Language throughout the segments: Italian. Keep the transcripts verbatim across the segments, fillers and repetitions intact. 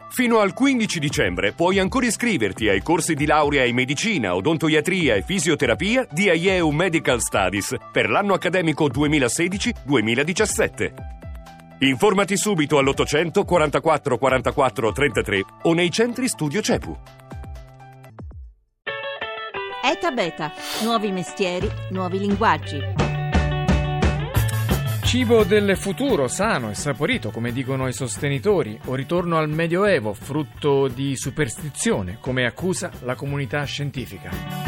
Fino al quindici dicembre puoi ancora iscriverti ai corsi di laurea in medicina, odontoiatria e fisioterapia di Aieu Medical Studies per l'anno accademico duemilasedici duemiladiciassette. Informati subito all'ottocento quarantaquattro quarantaquattro trentatré o nei centri studio CEPU. ETA Beta. Nuovi mestieri, nuovi linguaggi. Cibo del futuro, sano e saporito, come dicono i sostenitori, o ritorno al Medioevo, frutto di superstizione, come accusa la comunità scientifica.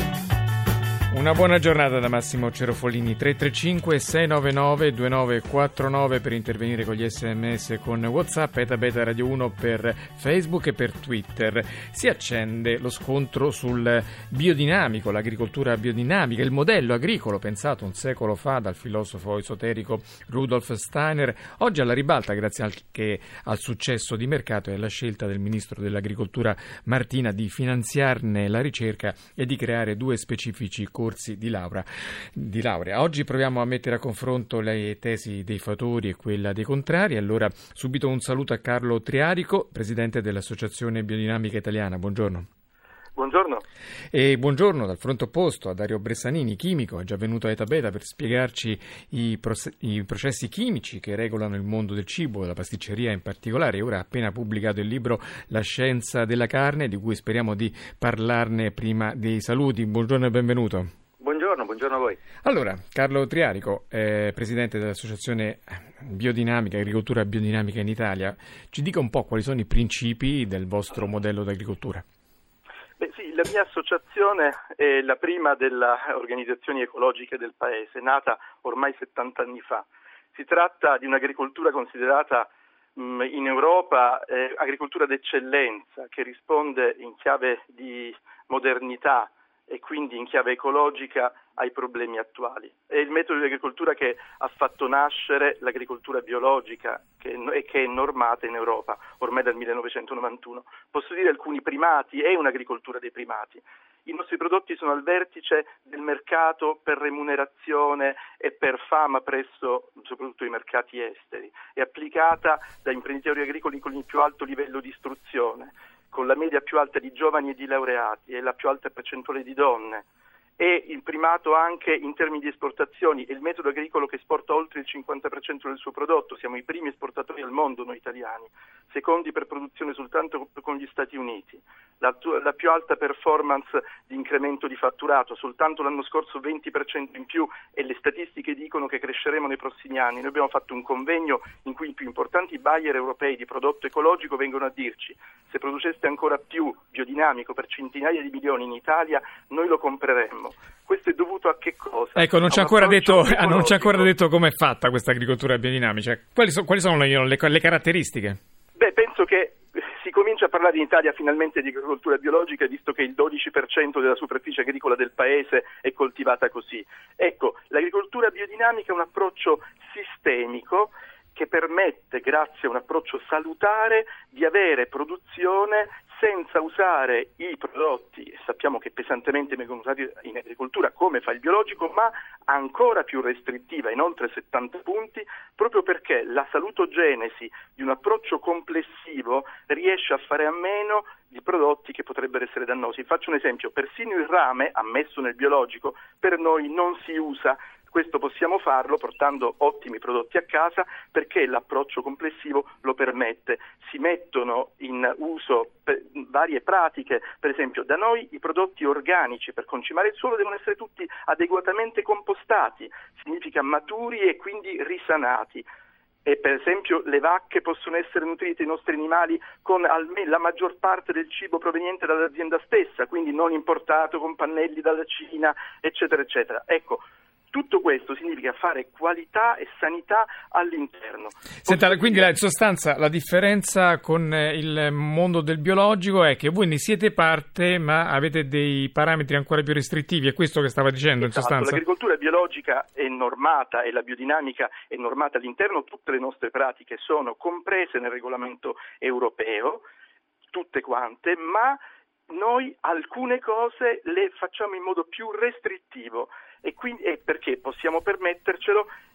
Una buona giornata da Massimo Cerofolini. Tre tre cinque sei nove nove due nove quattro nove per intervenire con gli sms e con WhatsApp, ETA Beta Radio uno per Facebook e per Twitter. Si accende lo scontro sul biodinamico, l'agricoltura biodinamica, il modello agricolo pensato un secolo fa dal filosofo esoterico Rudolf Steiner, oggi alla ribalta grazie anche al successo di mercato e alla scelta del ministro dell'agricoltura Martina di finanziarne la ricerca e di creare due specifici corsi di laurea. di laurea. Oggi proviamo a mettere a confronto le tesi dei fatori e quella dei contrari. Allora, subito un saluto a Carlo Triarico, presidente dell'Associazione Biodinamica Italiana. Buongiorno. Buongiorno. E buongiorno dal fronte opposto a Dario Bressanini, chimico, è già venuto a ETA Beta per spiegarci i, proce- i processi chimici che regolano il mondo del cibo, la pasticceria in particolare. Ora ha appena pubblicato il libro La scienza della carne, di cui speriamo di parlarne prima dei saluti. Buongiorno e benvenuto. Buongiorno, buongiorno a voi. Allora, Carlo Triarico, eh, presidente dell'Associazione Biodinamica, Agricoltura Biodinamica in Italia, ci dica un po' quali sono i principi del vostro modello d'agricoltura. Beh, sì, la mia associazione è la prima delle organizzazioni ecologiche del Paese, nata ormai settanta anni fa. Si tratta di un'agricoltura considerata mh, in Europa eh, agricoltura d'eccellenza, che risponde in chiave di modernità e quindi in chiave ecologica ai problemi attuali. È il metodo di agricoltura che ha fatto nascere l'agricoltura biologica che è, che è normata in Europa ormai dal millenovecentonovantuno. Posso dire alcuni primati, è un'agricoltura dei primati. I nostri prodotti sono al vertice del mercato per remunerazione e per fama presso soprattutto i mercati esteri. È applicata da imprenditori agricoli con il più alto livello di istruzione, con la media più alta di giovani e di laureati e la più alta percentuale di donne. E il primato anche in termini di esportazioni, è il metodo agricolo che esporta oltre il cinquanta per cento del suo prodotto, siamo i primi esportatori al mondo noi italiani, secondi per produzione soltanto con gli Stati Uniti, la, la più alta performance di incremento di fatturato, soltanto l'anno scorso venti per cento in più e le statistiche dicono che cresceremo nei prossimi anni. Noi abbiamo fatto un convegno in cui i più importanti buyer europei di prodotto ecologico vengono a dirci: se produceste ancora più biodinamico per centinaia di milioni in Italia, noi lo compreremmo. Questo è dovuto a che cosa? Ecco, non ci ha ancora detto, non ci ha ancora detto come è fatta questa agricoltura biodinamica. Quali, so, quali sono le, le, le caratteristiche? Beh, penso che si comincia a parlare in Italia finalmente di agricoltura biologica, visto che il dodici per cento della superficie agricola del paese è coltivata così. Ecco, l'agricoltura biodinamica è un approccio sistemico che permette, grazie a un approccio salutare, di avere produzione senza usare i prodotti, e sappiamo che pesantemente vengono usati in agricoltura come fa il biologico, ma ancora più restrittiva, in oltre settanta punti, proprio perché la salutogenesi di un approccio complessivo riesce a fare a meno di prodotti che potrebbero essere dannosi. Faccio un esempio: persino il rame, ammesso nel biologico, per noi non si usa. Questo possiamo farlo portando ottimi prodotti a casa perché l'approccio complessivo lo permette. Si mettono in uso varie pratiche, per esempio da noi i prodotti organici per concimare il suolo devono essere tutti adeguatamente compostati, significa maturi e quindi risanati. E per esempio le vacche possono essere nutrite, i nostri animali, con almeno la maggior parte del cibo proveniente dall'azienda stessa, quindi non importato con pannelli dalla Cina, eccetera, eccetera. Ecco, tutto questo significa fare qualità e sanità all'interno. Senta, quindi la, in sostanza la differenza con il mondo del biologico è che voi ne siete parte ma avete dei parametri ancora più restrittivi, è questo che stava dicendo, esatto, in sostanza? L'agricoltura biologica è normata e la biodinamica è normata all'interno, tutte le nostre pratiche sono comprese nel regolamento europeo, tutte quante, ma noi alcune cose le facciamo in modo più restrittivo. E quindi è perché possiamo permettercelo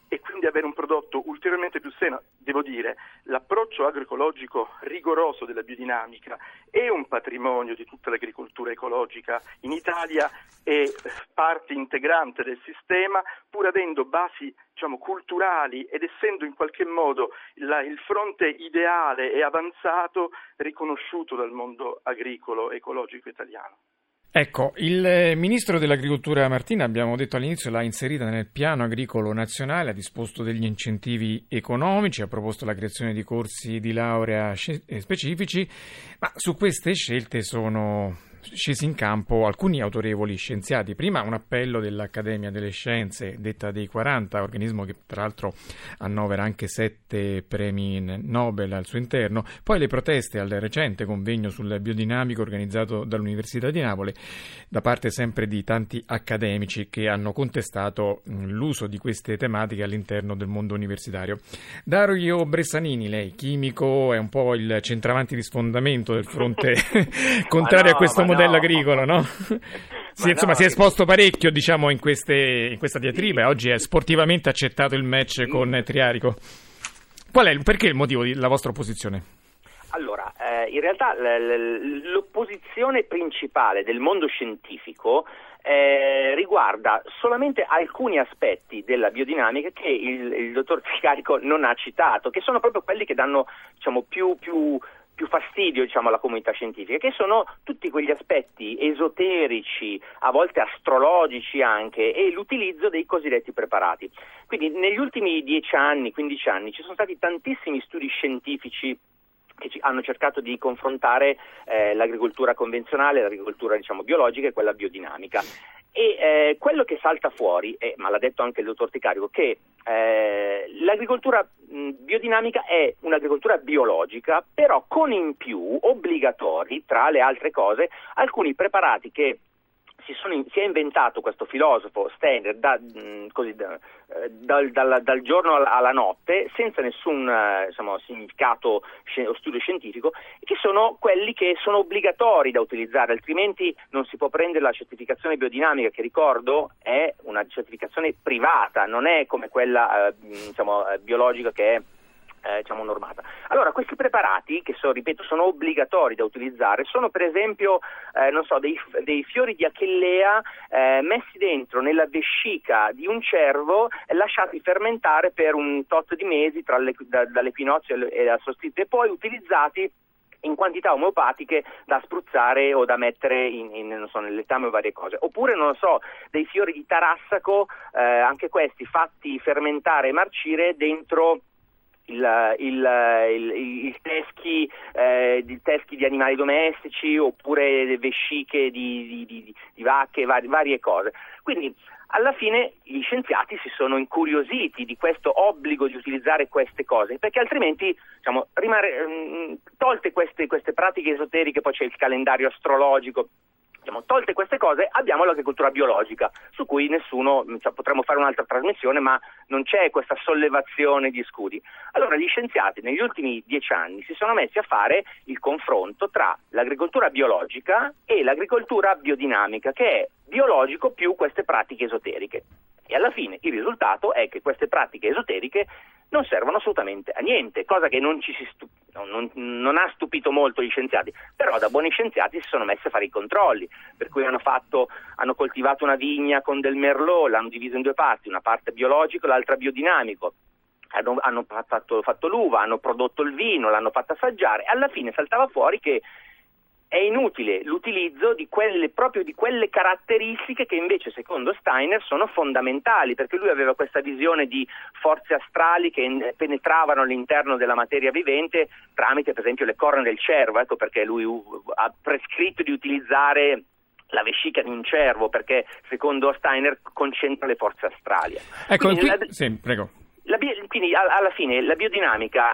e quindi avere un prodotto ulteriormente più sano. Devo dire, l'approccio agroecologico rigoroso della biodinamica è un patrimonio di tutta l'agricoltura ecologica in Italia, è parte integrante del sistema, pur avendo basi, diciamo, culturali ed essendo in qualche modo la, il fronte ideale e avanzato riconosciuto dal mondo agricolo ecologico italiano. Ecco, il Ministro dell'Agricoltura Martina, abbiamo detto all'inizio, l'ha inserita nel piano agricolo nazionale, ha disposto degli incentivi economici, ha proposto la creazione di corsi di laurea specifici, ma su queste scelte sono scesi in campo alcuni autorevoli scienziati. Prima un appello dell'Accademia delle Scienze, detta dei quaranta, organismo che tra l'altro annovera anche sette premi Nobel al suo interno, poi le proteste al recente convegno sul biodinamico organizzato dall'Università di Napoli da parte sempre di tanti accademici che hanno contestato l'uso di queste tematiche all'interno del mondo universitario. Dario Bressanini, lei chimico, è un po' il centravanti di sfondamento del fronte contrario no, a questo modello no. agricolo, no? Sì, insomma, no, si è esposto parecchio, diciamo, in, queste, in questa diatriba, e oggi è sportivamente accettato il match con Triarico. Qual è, perché il motivo della vostra opposizione? Allora, eh, in realtà l- l'opposizione principale del mondo scientifico eh, riguarda solamente alcuni aspetti della biodinamica che il, il dottor Triarico non ha citato, che sono proprio quelli che danno, diciamo, più... più più fastidio, diciamo, alla comunità scientifica, che sono tutti quegli aspetti esoterici, a volte astrologici anche, e l'utilizzo dei cosiddetti preparati. Quindi negli ultimi dieci anni, quindici anni ci sono stati tantissimi studi scientifici che ci hanno cercato di confrontare eh, l'agricoltura convenzionale, l'agricoltura, diciamo, biologica e quella biodinamica. E eh, quello che salta fuori, eh, ma l'ha detto anche il dottor Ticarico, che eh, l'agricoltura mh, biodinamica è un'agricoltura biologica, però con in più obbligatori, tra le altre cose, alcuni preparati che si, sono in, si è inventato questo filosofo Steiner da, mh, così, da, eh, dal, dal, dal giorno alla notte, senza nessun eh, insomma, significato o studio scientifico, che sono quelli che sono obbligatori da utilizzare, altrimenti non si può prendere la certificazione biodinamica, che ricordo è una certificazione privata, non è come quella eh, diciamo, biologica che è Eh, diciamo normata. Allora, questi preparati, che so, ripeto, sono obbligatori da utilizzare, sono per esempio eh, non so, dei, dei fiori di achillea eh, messi dentro nella vescica di un cervo e lasciati fermentare per un tot di mesi tra le, da, dall'equinozio e la solstizio, e poi utilizzati in quantità omeopatiche da spruzzare o da mettere in, in non so, nel letame o varie cose. Oppure, non lo so, dei fiori di tarassaco, eh, anche questi fatti fermentare e marcire dentro Il, il, il, il teschi, eh, di teschi di animali domestici, oppure le vesciche di, di, di, di vacche, varie, varie cose. Quindi alla fine gli scienziati si sono incuriositi di questo obbligo di utilizzare queste cose, perché altrimenti, diciamo, rimane, mh, tolte queste, queste pratiche esoteriche, poi c'è il calendario astrologico. Tolte queste cose, abbiamo l'agricoltura biologica, su cui nessuno, cioè, potremmo fare un'altra trasmissione, ma non c'è questa sollevazione di scudi. Allora gli scienziati negli ultimi dieci anni si sono messi a fare il confronto tra l'agricoltura biologica e l'agricoltura biodinamica, che è biologico più queste pratiche esoteriche. E alla fine il risultato è che queste pratiche esoteriche non servono assolutamente a niente, cosa che non ci si stu- non, non ha stupito molto gli scienziati, però da buoni scienziati si sono messi a fare i controlli, per cui hanno fatto hanno coltivato una vigna con del merlot, l'hanno diviso in due parti, una parte biologico e l'altra biodinamico. Hanno, hanno fatto, fatto l'uva, hanno prodotto il vino, l'hanno fatto assaggiare, e alla fine saltava fuori che è inutile l'utilizzo di quelle, proprio di quelle caratteristiche che invece secondo Steiner sono fondamentali, perché lui aveva questa visione di forze astrali che penetravano all'interno della materia vivente tramite per esempio le corna del cervo, ecco perché lui ha prescritto di utilizzare la vescica di un cervo, perché secondo Steiner concentra le forze astrali. Ecco, qui, la, sì, prego. La, quindi alla fine la biodinamica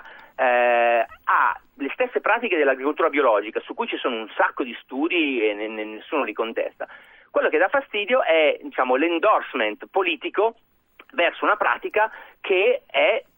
eh, ha le stesse pratiche dell'agricoltura biologica, su cui ci sono un sacco di studi e n- n- nessuno li contesta. Quello che dà fastidio è, diciamo, l'endorsement politico verso una pratica che è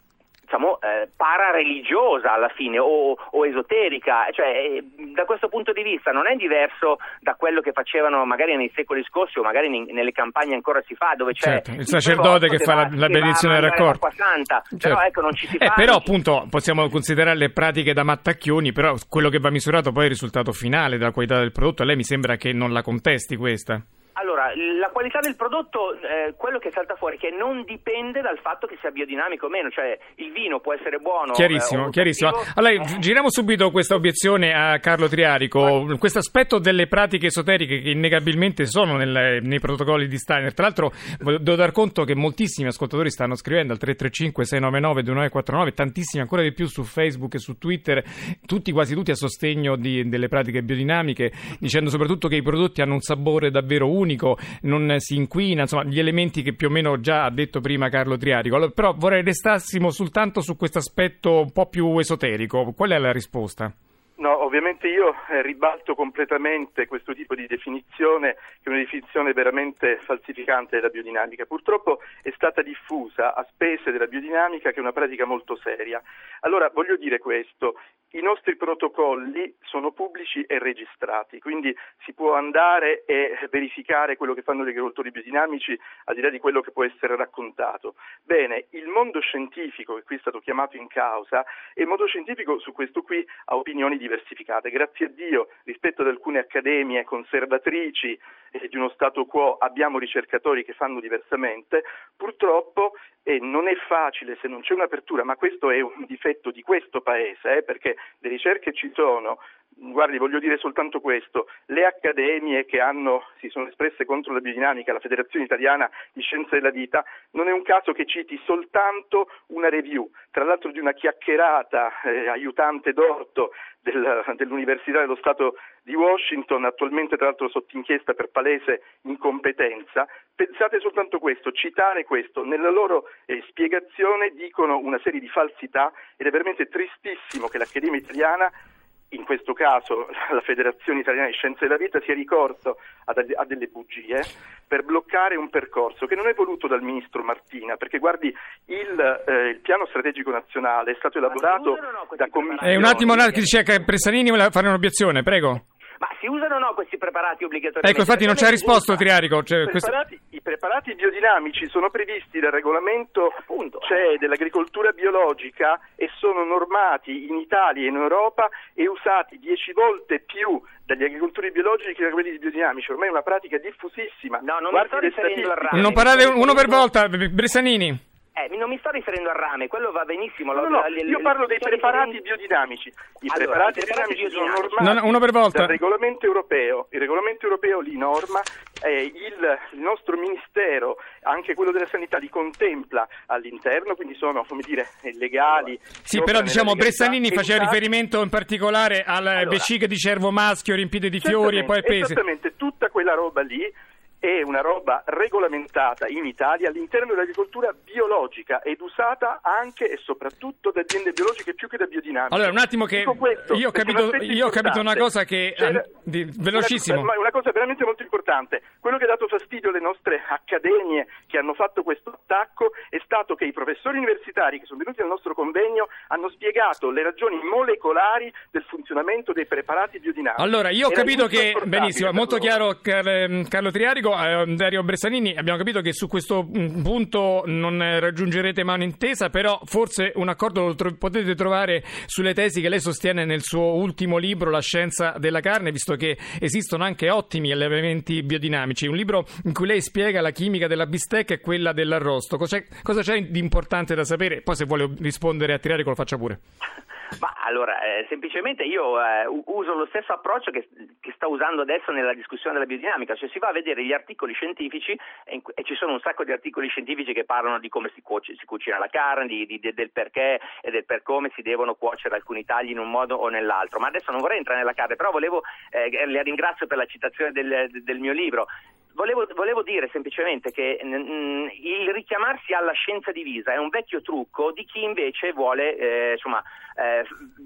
diciamo eh, parareligiosa alla fine o, o esoterica, cioè eh, da questo punto di vista non è diverso da quello che facevano magari nei secoli scorsi o magari in, nelle campagne ancora si fa, dove c'è certo, il, il sacerdote che fa la, la benedizione del raccolto, santa, certo. Però ecco non ci si fa. Eh, però appunto possiamo considerare le pratiche da mattacchioni, però quello che va misurato poi è il risultato finale della qualità del prodotto. A lei mi sembra che non la contesti questa. Allora, la qualità del prodotto, eh, quello che salta fuori è che non dipende dal fatto che sia biodinamico o meno, cioè il vino può essere buono. Chiarissimo, eh, chiarissimo. Allora, eh. giriamo subito questa obiezione a Carlo Triarico, questo aspetto delle pratiche esoteriche che innegabilmente sono nel, nei protocolli di Steiner. Tra l'altro, devo dar conto che moltissimi ascoltatori stanno scrivendo al tre tre cinque sei nove nove due nove quattro nove, tantissimi ancora di più su Facebook e su Twitter, tutti quasi tutti a sostegno di, delle pratiche biodinamiche, dicendo soprattutto che i prodotti hanno un sapore davvero unico, non si inquina, insomma gli elementi che più o meno già ha detto prima Carlo Triarico. Allora, però vorrei restassimo soltanto su questo aspetto un po' più esoterico. Qual è la risposta? No, ovviamente io eh, ribalto completamente questo tipo di definizione, che è una definizione veramente falsificante della biodinamica. Purtroppo è stata diffusa a spese della biodinamica, che è una pratica molto seria. Allora, voglio dire questo: i nostri protocolli sono pubblici e registrati, quindi si può andare e verificare quello che fanno gli agricoltori biodinamici, al di là di quello che può essere raccontato. Bene, il mondo scientifico, che qui è stato chiamato in causa, e il mondo scientifico su questo qui ha opinioni diversificate. Grazie a Dio, rispetto ad alcune accademie conservatrici eh, di uno stato quo, abbiamo ricercatori che fanno diversamente. Purtroppo eh, non è facile se non c'è un'apertura, ma questo è un difetto di questo paese, eh, perché le ricerche ci sono. Guardi, voglio dire soltanto questo: le accademie che hanno si sono espresse contro la biodinamica, la Federazione Italiana di Scienze della Vita, non è un caso che citi soltanto una review, tra l'altro di una chiacchierata eh, aiutante d'orto del, dell'Università dello Stato di Washington, attualmente tra l'altro sotto inchiesta per palese incompetenza. Pensate soltanto questo, citare questo, nella loro eh, spiegazione dicono una serie di falsità, ed è veramente tristissimo che l'Accademia Italiana, in questo caso la Federazione Italiana di Scienze della Vita, sia ricorso a, a delle bugie per bloccare un percorso che non è voluto dal ministro Martina, perché guardi, il, eh, il piano strategico nazionale è stato elaborato da commissioni. Eh, un attimo, un attimo, c'è Bressanini vuole fare un'obiezione, prego. Ma si usano o no questi preparati obbligatoriamente? Ecco, infatti non ci ha risposto Triarico. Cioè, I, preparati, questo... I preparati biodinamici sono previsti dal regolamento Appunto. C E dell'agricoltura biologica e sono normati in Italia e in Europa e usati dieci volte più dagli agricoltori biologici che da quelli di biodinamici. Ormai è una pratica diffusissima. No, non Guardi mi sto riferendo al rame. Non parlate uno per volta, Bressanini. Eh, non mi sto riferendo al rame, quello va benissimo. No, no, no, io parlo dei preparati biodinamici. I allora, preparati, i preparati biodinamici sono biodinamici. normati no, no, uno per volta. dal regolamento europeo. Il regolamento europeo li norma, eh, il, il nostro ministero, anche quello della sanità, li contempla all'interno, quindi sono, come dire, legali. Sì, però diciamo Bressanini faceva riferimento in particolare alle allora, vesciche di cervo maschio riempite di fiori e poi pesi. Esattamente, tutta quella roba lì è una roba regolamentata in Italia all'interno dell'agricoltura biologica ed usata anche e soprattutto da aziende biologiche più che da biodinamiche. Allora, un attimo che questo, io ho capito, io ho capito una cosa che cioè, di, velocissimo. Una, una cosa veramente molto importante. Quello che ha dato fastidio alle nostre accademie che hanno fatto questo attacco è stato che i professori universitari che sono venuti al nostro convegno hanno spiegato le ragioni molecolari del funzionamento dei preparati biodinamici. Allora, io ho Era capito che benissimo, molto loro. chiaro Car- Carlo Triarico. Dario Bressanini, abbiamo capito che su questo punto non raggiungerete mano intesa, però forse un accordo lo tro- potete trovare sulle tesi che lei sostiene nel suo ultimo libro, La scienza della carne, visto che esistono anche ottimi allevamenti biodinamici, un libro in cui lei spiega la chimica della bistecca e quella dell'arrosto. Cosa c'è, cosa c'è di importante da sapere? Poi se vuole rispondere a Triarico lo faccia pure. Ma allora, eh, semplicemente io eh, uso lo stesso approccio che, che sta usando adesso nella discussione della biodinamica, cioè si va a vedere gli articoli scientifici e, e ci sono un sacco di articoli scientifici che parlano di come si, cuoce, si cucina la carne, di, di, del perché e del per come si devono cuocere alcuni tagli in un modo o nell'altro. Ma adesso non vorrei entrare nella carne, però volevo, eh, le ringrazio per la citazione del, del mio libro. Volevo, volevo dire semplicemente che mh, il richiamarsi alla scienza divisa è un vecchio trucco di chi invece vuole eh, insomma, eh,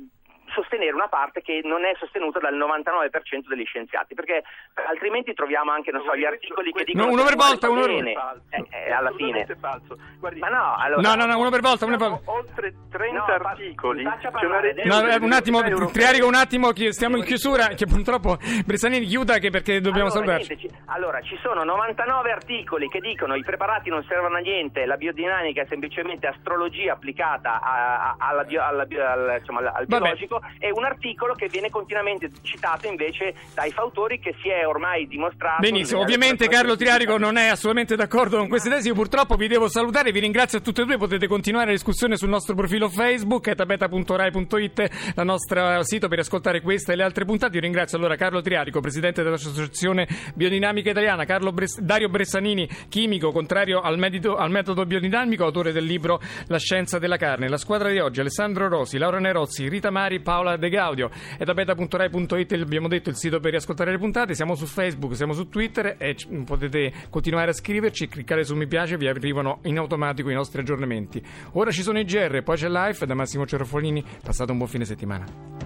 sostenere una parte che non è sostenuta dal novantanove per cento degli scienziati, perché altrimenti troviamo anche, non so, gli articoli che dicono no, uno per volta, uno per bene, eh, eh, alla fine. Falso. Guardi, ma no, allora, no, no, no, uno per volta, uno per volta. Oltre trenta no, articoli. Faccia C'è una parlare, no, un attimo, Triarico, un attimo, stiamo in chiusura, che purtroppo Bressanini chiuda che perché dobbiamo allora, salutarci. Niente, ci, allora, ci sono novantanove articoli che dicono i preparati non servono a niente, la biodinamica è semplicemente astrologia applicata a, a, alla bio, alla bio, al, insomma, al biologico, e un articolo che viene continuamente citato invece dai fautori, che si è ormai dimostrato. Benissimo, ovviamente Carlo Triarico non è assolutamente d'accordo con queste tesi. Io purtroppo vi devo salutare, vi ringrazio a tutte e due. Potete continuare la discussione sul nostro profilo Facebook etabeta punto rai punto it, il nostro sito per ascoltare questa e le altre puntate. Io ringrazio allora Carlo Triarico, presidente dell'Associazione Biodinamica Italiana, Carlo Bres- Dario Bressanini, chimico contrario al, medito, al metodo biodinamico, autore del libro La scienza della carne. La squadra di oggi: Alessandro Rosi, Laura Nerozzi, Rita Mari, Paola De Gaudio. etabeta punto rai punto it, abbiamo detto, il sito per riascoltare le puntate. Siamo su Facebook, siamo su Twitter e c- potete continuare a scriverci, cliccare su mi piace, vi arrivano in automatico i nostri aggiornamenti. Ora ci sono i G R, poi c'è Life. Da Massimo Cerofolini, passate un buon fine settimana.